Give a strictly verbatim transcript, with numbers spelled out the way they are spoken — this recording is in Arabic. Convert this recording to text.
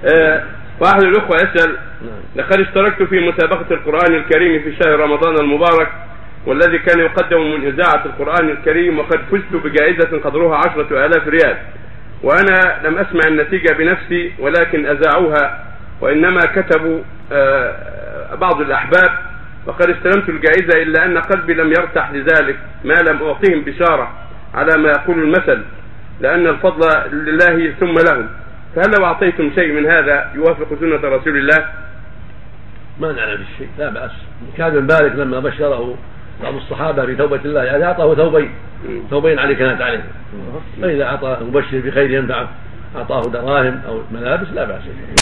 آه واحد الأخوة يسأل: لقد اشتركت في مسابقة القرآن الكريم في شهر رمضان المبارك والذي كان يقدم من إذاعة القرآن الكريم، وقد فزت بجائزة قدرها عشرة آلاف ريال، وأنا لم أسمع النتيجة بنفسي ولكن أذاعوها، وإنما كتبوا آه بعض الأحباب، وقد استلمت الجائزة إلا أن قلبي لم يرتاح لذلك ما لم أعطيهم بشارة على ما يقول المثل، لأن الفضل لله ثم لهم، فهل لو أعطيتم شيء من هذا يوافق سنة رسول الله؟ ما نعلم الشيء، لا بأس. كعب بن مالك لما بشره بعض الصحابة بتوبة الله يعني أعطاه ثوبين ثوبين عليه كانت عليه، فإذا أعطى مبشر بخير ينفعه أعطاه دراهم أو ملابس لا بأس.